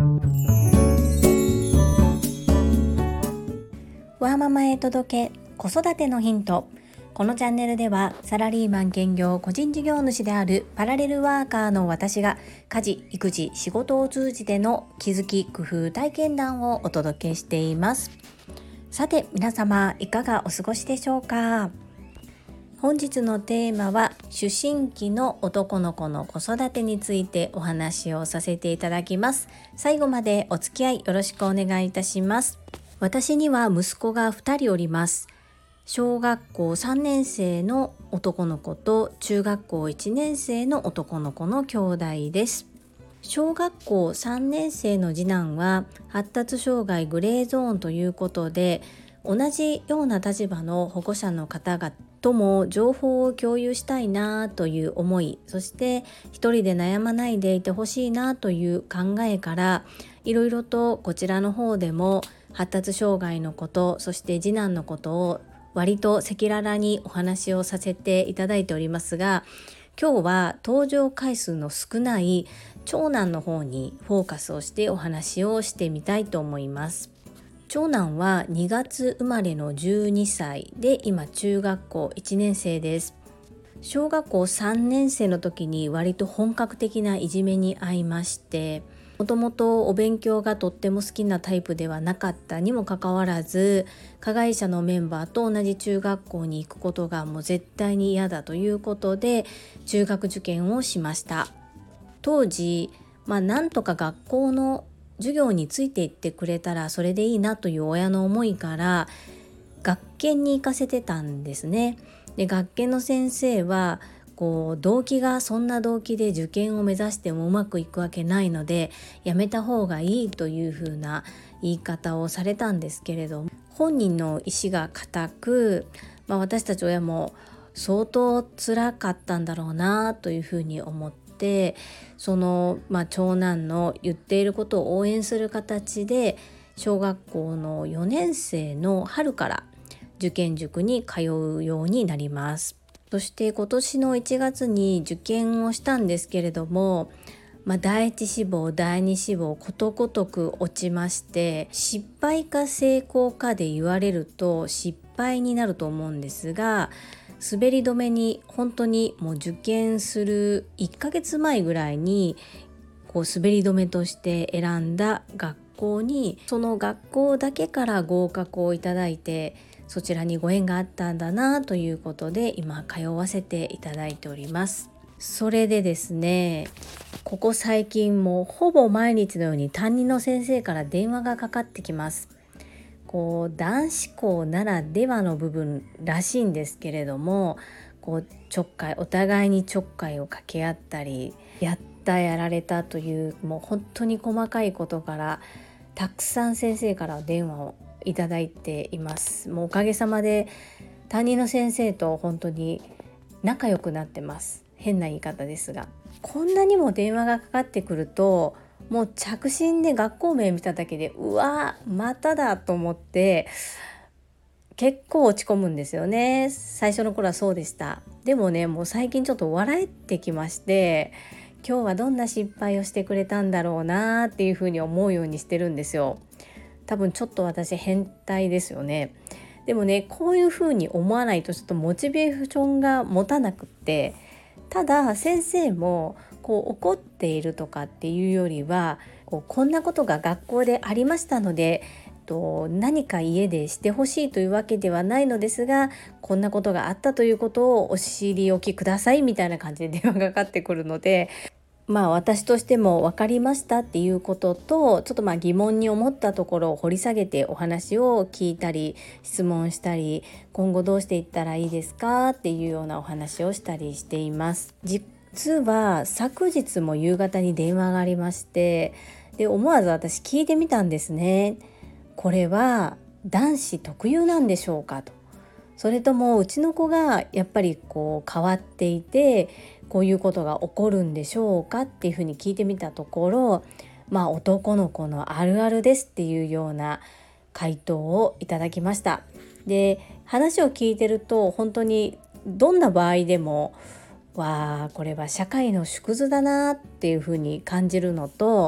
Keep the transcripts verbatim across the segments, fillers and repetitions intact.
わーママへ届け子育てのヒント。このチャンネルではサラリーマン兼業個人事業主であるパラレルワーカーの私が家事、育児、仕事を通じての気づき、工夫、体験談をお届けしています。さて皆様いかがお過ごしでしょうか。本日のテーマは思春期の男の子の子育てについてお話をさせていただきます。最後までお付き合いよろしくお願いいたします。私には息子がふたりおります。小学校さんねん生の男の子と中学校いちねん生の男の子の兄弟です。小学校さんねん生の次男は発達障害グレーゾーンということで、同じような立場の保護者の方々とも情報を共有したいなという思い、そして一人で悩まないでいてほしいなという考えから、いろいろとこちらの方でも発達障害のこと、そして次男のことを割と赤裸々にお話をさせていただいておりますが、今日は登場回数の少ない長男の方にフォーカスをしてお話をしてみたいと思います。長男はにがつ生まれのじゅうにさいで、今中学校いちねん生です。小学校さんねん生の時に割と本格的ないじめに遭いまして、もともとお勉強がとっても好きなタイプではなかったにもかかわらず、加害者のメンバーと同じ中学校に行くことがもう絶対に嫌だということで中学受験をしました。当時、まあなんとか学校の授業についていってくれたらそれでいいなという親の思いから学研に行かせてたんですね。で、学研の先生はこう動機がそんな動機で受験を目指してもうまくいくわけないのでやめた方がいいというふうな言い方をされたんですけれども、本人の意思が固く、まあ、私たち親も相当辛かったんだろうなというふうに思って、その、まあ、長男の言っていることを応援する形で小学校のよねん生の春から受験塾に通うようになります。そして今年のいちがつに受験をしたんですけれども、まあ、第一志望第二志望ことごとく落ちまして、失敗か成功かで言われると失敗になると思うんですが、滑り止めに本当にもう受験するいっかげつまえぐらいにこう滑り止めとして選んだ学校に、その学校だけから合格をいただいて、そちらにご縁があったんだなということで今通わせていただいております。それでですね、ここ最近もほぼ毎日のように担任の先生から電話がかかってきます。こう男子校ならではの部分らしいんですけれども、こうちょっかいお互いにちょっかいを掛け合ったり、やったやられたというもう本当に細かいことからたくさん先生から電話をいただいています。もうおかげさまで担任の先生と本当に仲良くなってます。変な言い方ですが、こんなにも電話がかかってくるともう着信で学校名見ただけでうわまただと思って結構落ち込むんですよね。最初の頃はそうでした。でもね、もう最近ちょっと笑えてきまして、今日はどんな失敗をしてくれたんだろうなっていうふうに思うようにしてるんですよ。多分ちょっと私変態ですよね。でもね、こういうふうに思わないとちょっとモチベーションが持たなくって、ただ先生もこう怒っているとかっていうよりは、こうこんなことが学校でありましたのでと何か家でしてほしいというわけではないのですが、こんなことがあったということをお知りおきくださいみたいな感じで電話がかかってくるので、まあ私としても分かりましたっていうことと、ちょっとまあ疑問に思ったところを掘り下げてお話を聞いたり質問したり、今後どうしていったらいいですかっていうようなお話をしたりしています。実は昨日も夕方に電話がありまして、で思わず私聞いてみたんですね。これは男子特有なんでしょうかと、それともうちの子がやっぱりこう変わっていてこういうことが起こるんでしょうかっていうふうに聞いてみたところ、まあ男の子のあるあるですっていうような回答をいただきました。で、話を聞いてると本当にどんな場合でもわあこれは社会の縮図だなっていうふうに感じるのと、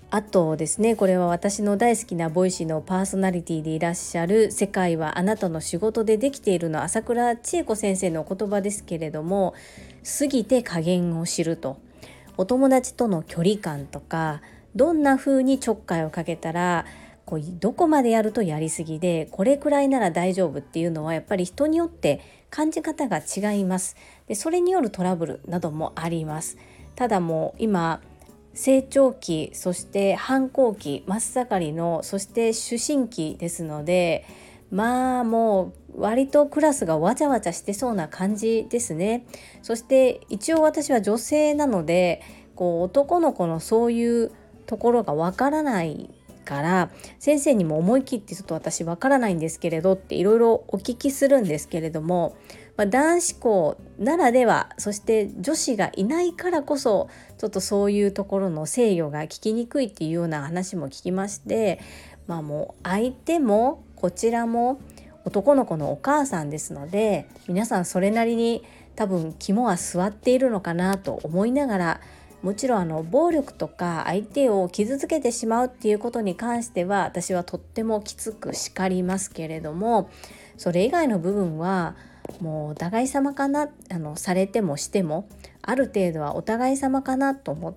あとですね、これは私の大好きなボイシーのパーソナリティでいらっしゃる世界はあなたの仕事でできているの朝倉千恵子先生のお言葉ですけれども、過ぎて加減を知ると、お友達との距離感とか、どんな風にちょっかいをかけたらこうどこまでやるとやりすぎで、これくらいなら大丈夫っていうのはやっぱり人によって感じ方が違います。でそれによるトラブルなどもあります。ただもう今成長期、そして反抗期真っ盛りの、そして思春期ですので、まあもう割とクラスがわちゃわちゃしてそうな感じですね。そして一応私は女性なので、こう男の子のそういうところがわからないから、先生にも思い切ってちょっと私わからないんですけれどっていろいろお聞きするんですけれども、まあ、男子校ならでは、そして女子がいないからこそちょっとそういうところの制御が聞きにくいっていうような話も聞きまして、まあもう相手もこちらも男の子のお母さんですので、皆さんそれなりに多分肝は据わっているのかなと思いながら、もちろんあの暴力とか相手を傷つけてしまうっていうことに関しては私はとってもきつく叱りますけれども、それ以外の部分はもうお互い様かな、あのされてもしてもある程度はお互い様かなと思って、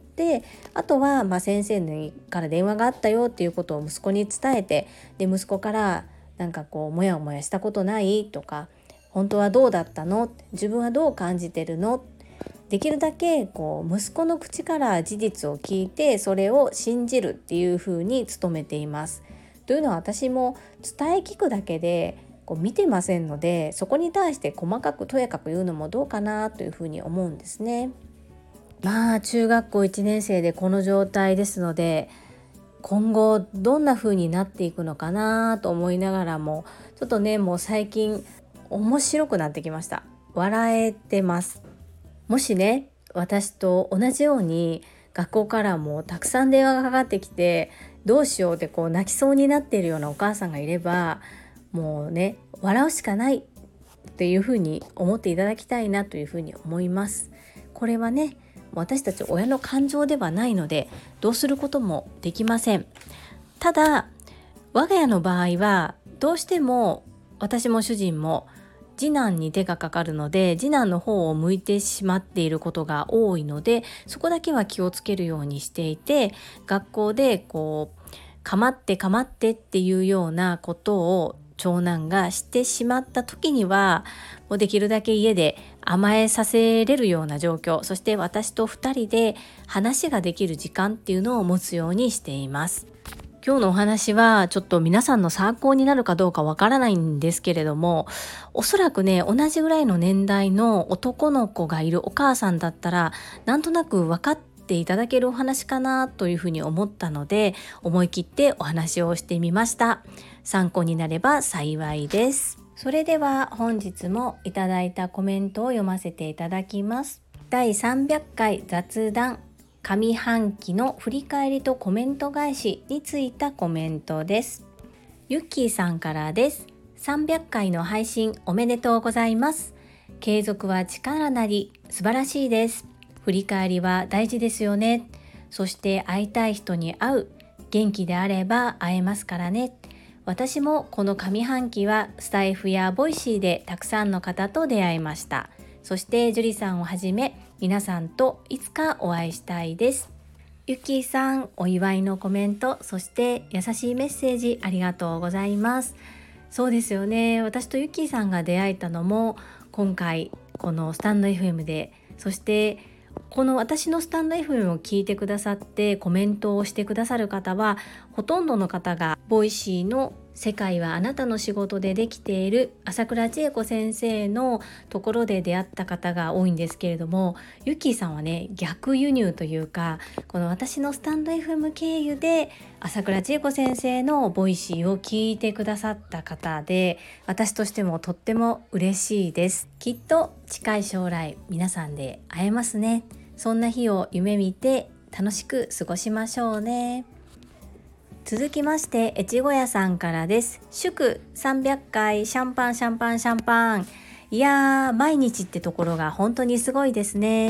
あとはまあ先生から電話があったよっていうことを息子に伝えて、で息子からなんかこうモヤモヤしたことないとか、本当はどうだったの、自分はどう感じてるの、できるだけこう息子の口から事実を聞いてそれを信じるっていうふうに努めています。というのは私も伝え聞くだけでこう見てませんので、そこに対して細かくとやかく言うのもどうかなというふうに思うんですね。まあ中学校いちねん生でこの状態ですので、今後どんな風になっていくのかなと思いながらも、ちょっとねもう最近面白くなってきました。笑えてます。もしね私と同じように学校からもたくさん電話がかかってきて、どうしようってこう泣きそうになっているようなお母さんがいれば、もうね笑うしかないっていうふうに思っていただきたいなというふうに思います。これはね私たち親の感情ではないのでどうすることもできません。ただ我が家の場合はどうしても私も主人も次男に手がかかるので、次男の方を向いてしまっていることが多いので、そこだけは気をつけるようにしていて、学校でこうかまってかまってっていうようなことを長男がしてしまった時には、もうできるだけ家で甘えさせれるような状況、そして私とふたりで話ができる時間っていうのを持つようにしています。今日のお話はちょっと皆さんの参考になるかどうかわからないんですけれども、おそらくね同じぐらいの年代の男の子がいるお母さんだったらなんとなく分かっていただけるお話かなというふうに思ったので、思い切ってお話をしてみました。参考になれば幸いです。それでは本日もいただいたコメントを読ませていただきます。だいさんびゃっかい雑談上半期の振り返りとコメント返しについたコメントです。ゆっきーさんからです。さんびゃっかいの配信おめでとうございます。継続は力なり、素晴らしいです。振り返りは大事ですよね。そして会いたい人に会う。元気であれば会えますからね。私もこの上半期はスタイフやボイシーでたくさんの方と出会いました。そして樹里さんをはじめ皆さんといつかお会いしたいです。ゆきさん、お祝いのコメント、そして優しいメッセージありがとうございます。そうですよね。私とゆきさんが出会えたのも今回このスタンド エフエム で、そしてこの私のスタンド エフエム を聞いてくださってコメントをしてくださる方はほとんどの方がボイシーの世界はあなたの仕事でできている朝倉千恵子先生のところで出会った方が多いんですけれども、ゆきーさんはね逆輸入というか、この私のスタンド エフエム 経由で朝倉千恵子先生のボイシーを聞いてくださった方で、私としてもとっても嬉しいです。きっと近い将来皆さんで会えますね。そんな日を夢見て楽しく過ごしましょうね。続きまして越後屋さんからです。祝さんびゃっかいシャンパンシャンパンシャンパン。いやー毎日ってところが本当にすごいですね。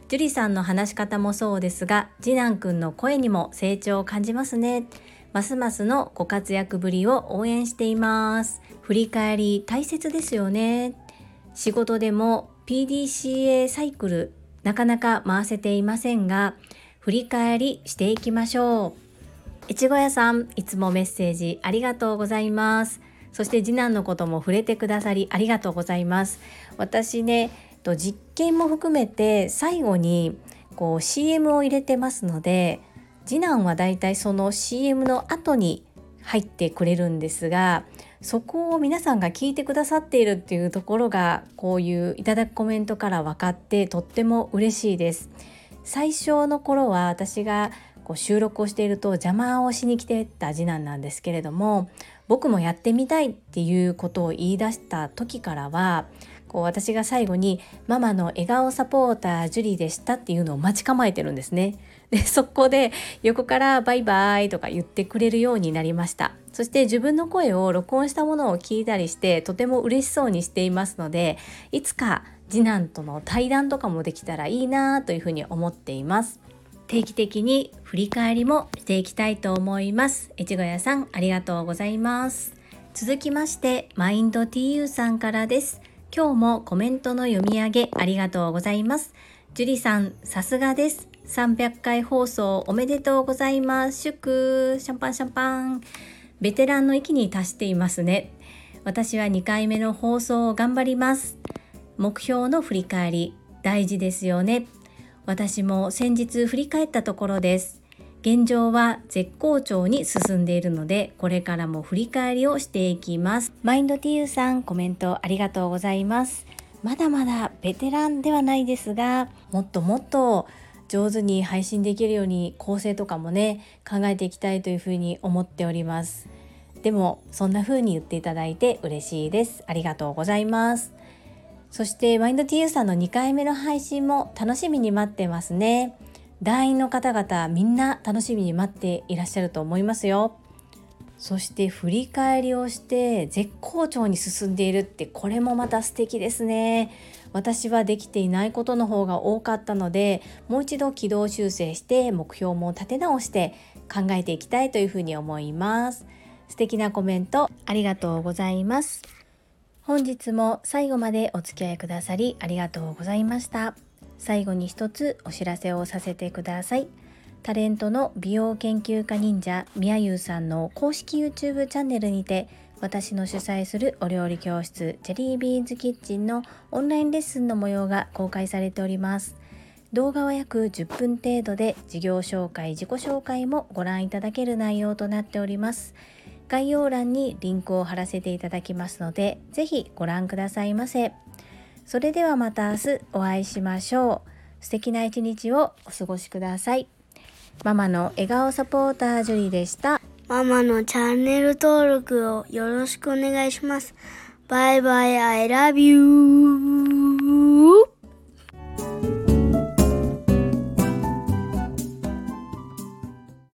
ジュリさんの話し方もそうですが、次男くんの声にも成長を感じますね。ますますのご活躍ぶりを応援しています。振り返り大切ですよね。仕事でも ピーディーシーエー サイクルなかなか回せていませんが、振り返りしていきましょう。いちご屋さん、いつもメッセージありがとうございます。そして次男のことも触れてくださりありがとうございます。私ね、実験も含めて最後にこう シーエム を入れてますので、次男はだいたいその シーエム の後に入ってくれるんですが、そこを皆さんが聞いてくださっているっていうところが、こういういただくコメントから分かってとっても嬉しいです。最初の頃は私がこう収録をしていると邪魔をしに来てた次男なんですけれども、僕もやってみたいっていうことを言い出した時からは、こう私が最後にママの笑顔サポータージュリーでしたっていうのを待ち構えてるんですね。で、そこで横からバイバイとか言ってくれるようになりました。そして自分の声を録音したものを聞いたりしてとても嬉しそうにしていますので、いつか次男との対談とかもできたらいいなというふうに思っています。定期的に振り返りもしていきたいと思います。越後屋さん、ありがとうございます。続きましてマインド ティーユー さんからです。今日もコメントの読み上げありがとうございます。ジュリさん、さすがです。さんびゃっかい放送おめでとうございます。祝シャンパンシャンパン。ベテランの域に達していますね。私はにかいめの放送を頑張ります。目標の振り返り大事ですよね。私も先日振り返ったところです。現状は絶好調に進んでいるので、これからも振り返りをしていきます。マインド ティーユー さん、コメントありがとうございます。まだまだベテランではないですが、もっともっと上手に配信できるように構成とかもね、考えていきたいというふうに思っております。でもそんな風に言っていただいて嬉しいです。ありがとうございます。そしてマインド ティーユー さんのにかいめの配信も楽しみに待ってますね。団員の方々みんな楽しみに待っていらっしゃると思いますよ。そして振り返りをして絶好調に進んでいるって、これもまた素敵ですね。私はできていないことの方が多かったので、もう一度軌道修正して目標も立て直して考えていきたいというふうに思います。素敵なコメントありがとうございます。本日も最後までお付き合いくださりありがとうございました。最後に一つお知らせをさせてください。タレントの美容研究家忍者みやゆうさんの公式 YouTube チャンネルにて、私の主催するお料理教室ジェリービーンズキッチンのオンラインレッスンの模様が公開されております。動画は約じゅっぷん程度で、事業紹介、自己紹介もご覧いただける内容となっております。概要欄にリンクを貼らせていただきますので、ぜひご覧くださいませ。それではまた明日お会いしましょう。素敵な一日をお過ごしください。ママの笑顔サポータージュリでした。 ママのチャンネル登録をよろしくお願いします。バイバイ、I love you.